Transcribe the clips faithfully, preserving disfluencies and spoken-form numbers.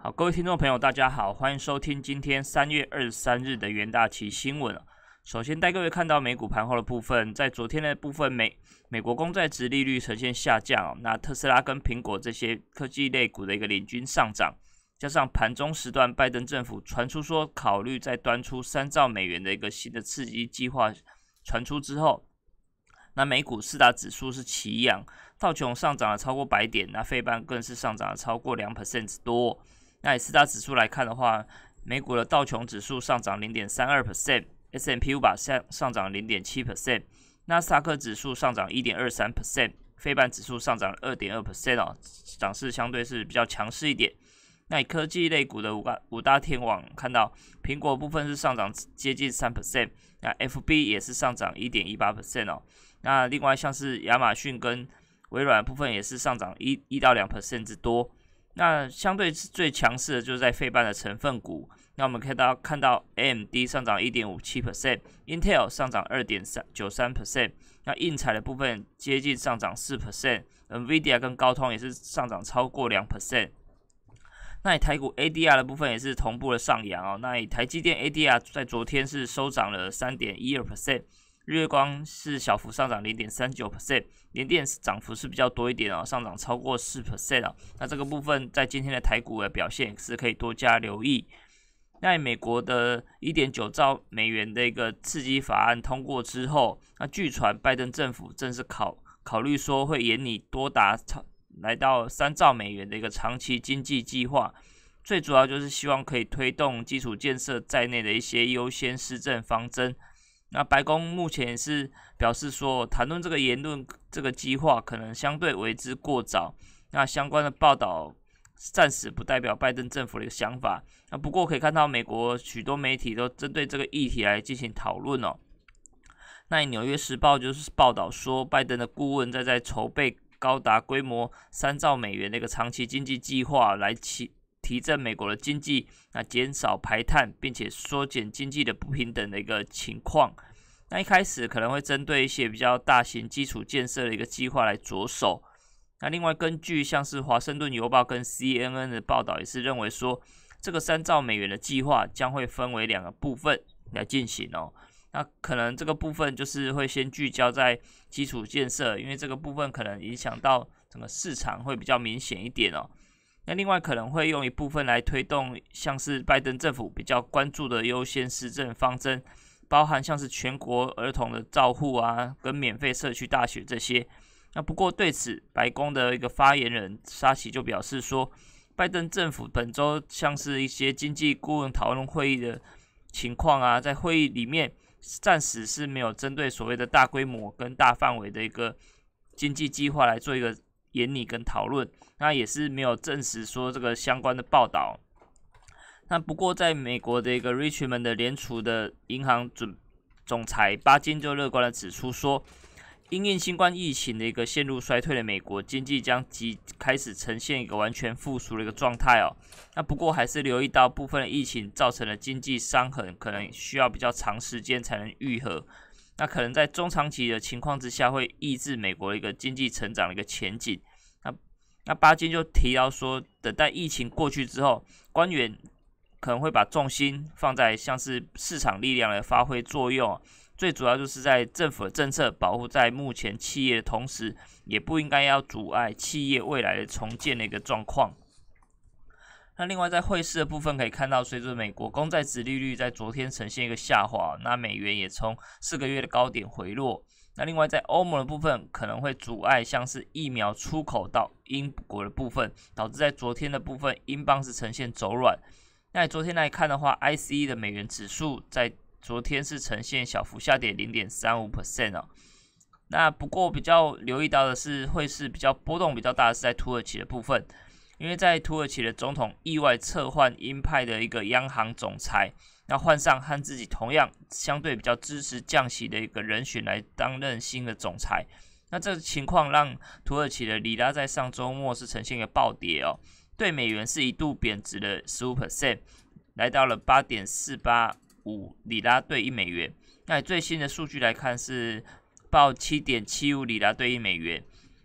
好，各位听众朋友，大家好，欢迎收听今天三月二十三日的元大期新闻。首先带各位看到美股盘后的部分，在昨天的部分美美国公债殖利率呈现下降哦，那特斯拉跟苹果这些科技类股的一个领军上涨，加上盘中时段拜登政府传出说考虑再端出三兆美元的一个新的刺激计划传出之后，那美股四大指数是齐扬，道琼上涨了超过百点，那费半更是上涨了超过 百分之二 之多。那以四大指数来看的话，美股的道琼指数上涨 百分之零点三二 ，S and P 五百 上上涨 百分之零点七， 纳斯达克指数上涨 百分之一点二三， 费半指数上涨 百分之二点二 哦，涨势相对是比较强势一点。那以科技类股的五大五大天王看到，苹果部分是上涨接近 百分之三， 那 F B 也是上涨 百分之一点一八 哦。那另外像是亚马逊跟微软的部分也是上涨 一到两 之多。那相对最强势的就是在费半的成分股，那我们看到看到 A M D 上涨 百分之一点五七， Intel 上涨 百分之二点九三， 那印材的部分接近上涨 百分之四， Nvidia 跟高通也是上涨超过 百分之二。那以台股 A D R 的部分也是同步的上扬哦。那以台积电 A D R 在昨天是收涨了 百分之三点一二， 日月光是小幅上涨 百分之零点三九， 联电涨幅是比较多一点哦，上涨超过 百分之四哦。那这个部分在今天的台股的表现是可以多加留意。那美国的 一点九兆美元的一个刺激法案通过之后，那据传拜登政府正式考考虑说会研拟多达来到三兆美元的一个长期经济计划，最主要就是希望可以推动基础建设在内的一些优先施政方针。那白宫目前也是表示说，谈论这个言论这个计划可能相对为之过早。那相关的报道暂时不代表拜登政府的一个想法。那不过可以看到，美国许多媒体都针对这个议题来进行讨论哦。那以纽约时报就是报道说，拜登的顾问在在筹备高达规模三兆美元的一个长期经济计划来提提振美国的经济，那减少排碳，并且缩减经济的不平等的一个情况。那一开始可能会针对一些比较大型基础建设的一个计划来着手。那另外根据像是华盛顿邮报跟 C N N 的报道，也是认为说，这个三兆美元的计划将会分为两个部分来进行哦。那可能这个部分就是会先聚焦在基础建设，因为这个部分可能影响到整个市场会比较明显一点哦。那另外可能会用一部分来推动像是拜登政府比较关注的优先施政方针，包含像是全国儿童的照护啊，跟免费社区大学这些。那不过对此，白宫的一个发言人沙奇就表示说，拜登政府本周像是一些经济顾问讨论会议的情况啊，在会议里面暂时是没有针对所谓的大规模跟大范围的一个经济计划来做一个研拟跟讨论，那也是没有证实说这个相关的报道。那不过在美国的一个 Richmond 的联储的银行总总裁巴金就乐观的指出说，因应新冠疫情的一个陷入衰退的美国经济将即开始呈现一个完全复苏的一个状态哦。那不过还是留意到部分的疫情造成的经济伤痕，可能需要比较长时间才能愈合。那可能在中长期的情况之下，会抑制美国的一个经济成长的一个前景。那那巴金就提到说，等待疫情过去之后，官员可能会把重心放在像是市场力量的发挥作用，最主要就是在政府的政策保护在目前企业的同时，也不应该要阻碍企业未来的重建的一个状况。那另外在汇市的部分可以看到，随着美国公债殖利率在昨天呈现一个下滑，那美元也从四个月的高点回落。那另外在欧盟的部分可能会阻碍像是疫苗出口到英国的部分，导致在昨天的部分英镑是呈现走软。那昨天来看的话 ，I C E 的美元指数在昨天是呈现小幅下跌 百分之零点三五 哦。那不过比较留意到的是，汇市比较波动比较大的是在土耳其的部分。因为在土耳其的总统意外撤换鹰派的一个央行总裁，那换上和自己同样相对比较支持降息的一个人选来担任新的总裁。那这个情况让土耳其的里拉在上周末是呈现一个暴跌哦，对美元是一度贬值了 百分之十五， 来到了 八点四八五 里拉对一美元。那以最新的数据来看是报 七点七五 里拉对一美元。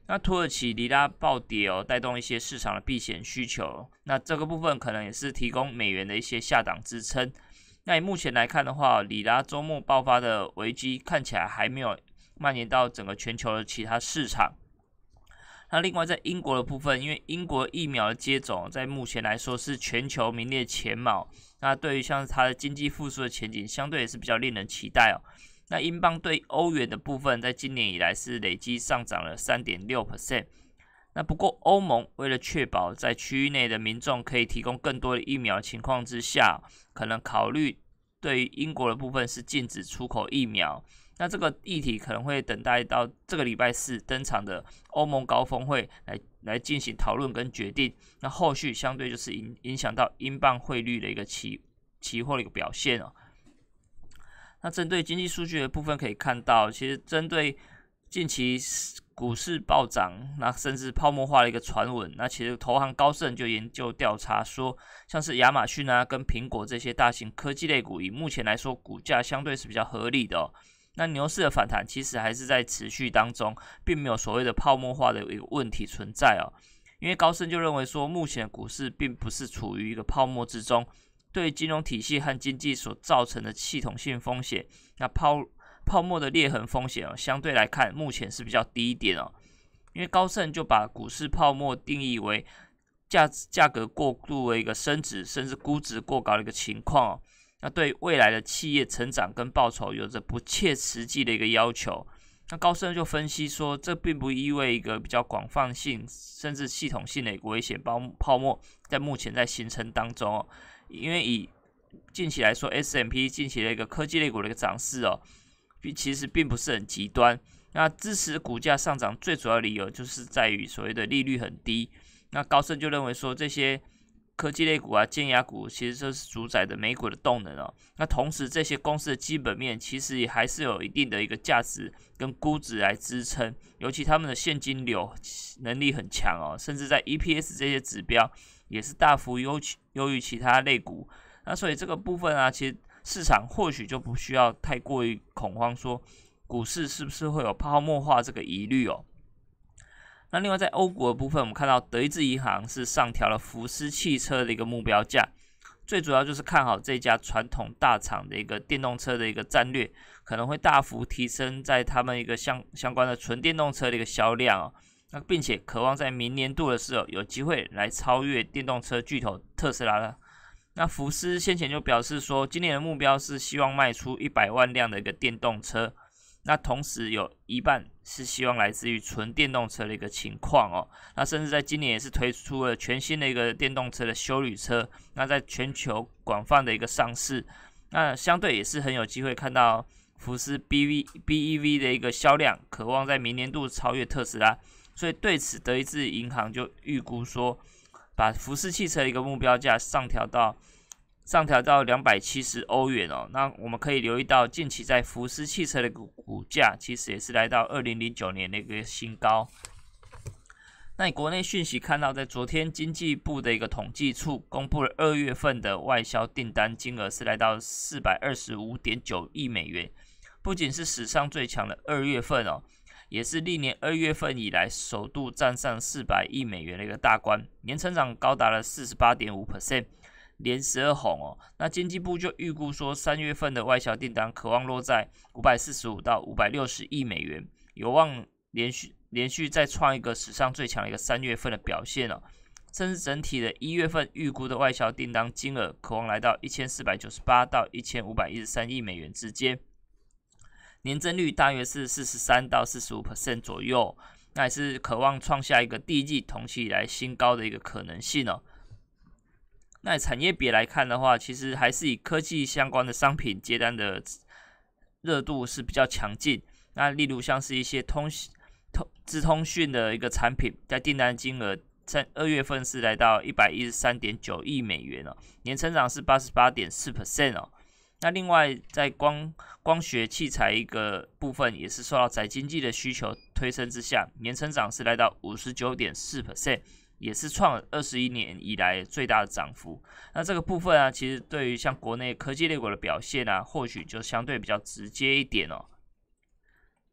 那土耳其里拉暴跌哦，带动一些市场的避险需求，那这个部分可能也是提供美元的一些下档支撑。那以目前来看的话，里拉周末爆发的危机看起来还没有蔓延到整个全球的其他市场。那另外在英国的部分，因为英国疫苗的接种在目前来说是全球名列前茅，那对于像它的经济复苏的前景，相对也是比较令人期待哦。那英镑对欧元的部分，在今年以来是累积上涨了 百分之三点六。那不过欧盟为了确保在区域内的民众可以提供更多的疫苗的情况之下，可能考虑对于英国的部分是禁止出口疫苗。那这个议题可能会等待到这个礼拜四登场的欧盟高峰会来来进行讨论跟决定。那后续相对就是影影响到英镑汇率的一个期期货的一个表现哦。那针对经济数据的部分可以看到，其实针对近期股市暴涨，那甚至泡沫化的一个传闻，那其实投行高盛就研究调查说，像是亚马逊啊跟苹果这些大型科技类股，以目前来说股价相对是比较合理的哦。那牛市的反弹其实还是在持续当中，并没有所谓的泡沫化的一个问题存在哦。因为高盛就认为说，目前的股市并不是处于一个泡沫之中，对金融体系和经济所造成的系统性风险，那泡泡沫的裂痕风险哦，相对来看目前是比较低一点哦。因为高盛就把股市泡沫定义为价价格过度的一个升值，甚至估值过高的一个情况哦。那对未来的企业成长跟报酬有着不切实际的一个要求。那高盛就分析说，这并不意味一个比较广泛性甚至系统性的一个危险泡沫在目前在形成当中哦。因为以近期来说 ，S and P 近期的一个科技类股的一个涨势哦，其实并不是很极端。那支持股价上涨最主要的理由就是在于所谓的利率很低。那高盛就认为说，这些科技类股啊、尖牙股其实就是主宰的美股的动能哦。那同时，这些公司的基本面其实也还是有一定的一个价值跟估值来支撑，尤其他们的现金流能力很强哦，甚至在 E P S 这些指标也是大幅优优于其他类股。那所以这个部分啊，其实市场或许就不需要太过于恐慌，说股市是不是会有泡沫化这个疑虑哦。那另外在欧股的部分，我们看到德意志银行是上调了福斯汽车的一个目标价，最主要就是看好这家传统大厂的一个电动车的一个战略，可能会大幅提升在他们一个相相关的纯电动车的一个销量哦。那并且渴望在明年度的时候有机会来超越电动车巨头特斯拉了。那福斯先前就表示说，今年的目标是希望卖出一百万辆的一个电动车。那同时有一半是希望来自于纯电动车的一个情况哦。那甚至在今年也是推出了全新的一个电动车的休旅车，那在全球广泛的一个上市，那相对也是很有机会看到福斯 B V B E V 的一个销量，渴望在明年度超越特斯拉。所以对此，德意志银行就预估说，把福斯汽车的一个目标价上调到。上调到两百七十欧元哦，那我们可以留意到近期在福斯汽车的股价其实也是来到二零零九年的一个新高。那你国内讯息看到，在昨天经济部的一个统计处公布了二月份的外销订单金额是来到 四百二十五点九亿美元，不仅是史上最强的二月份哦，也是历年二月份以来首度站上四百亿美元的一个大关，年成长高达了 百分之四十八点五，连十二红哦。那经济部就预估说，三月份的外销订单可望落在五百四十五到五百六十亿美元，有望连续连续再创一个史上最强的一个三月份的表现哦。甚至整体的一月份预估的外销订单金额可望来到一千四百九十八到一千五百一十三亿美元之间，年增率大约是 百分之四十三到百分之四十五 左右，那也是可望创下一个第一季同期以来新高的一个可能性哦。那产业别来看的话，其实还是以科技相关的商品接单的热度是比较强劲。那例如像是一些通通资通讯的一个产品，在订单金额在二月份是来到 一百一十三点九亿美元哦，年成长是 百分之八十八点四 哦。那另外在光光学器材一个部分，也是受到宅经济的需求推升之下，年成长是来到 百分之五十九点四。也是创了二十一年以来最大的涨幅。那这个部分啊，其实对于像国内科技类股的表现啊，或许就相对比较直接一点哦。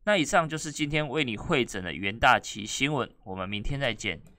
那以上就是今天为你汇整的元大旗新闻，我们明天再见。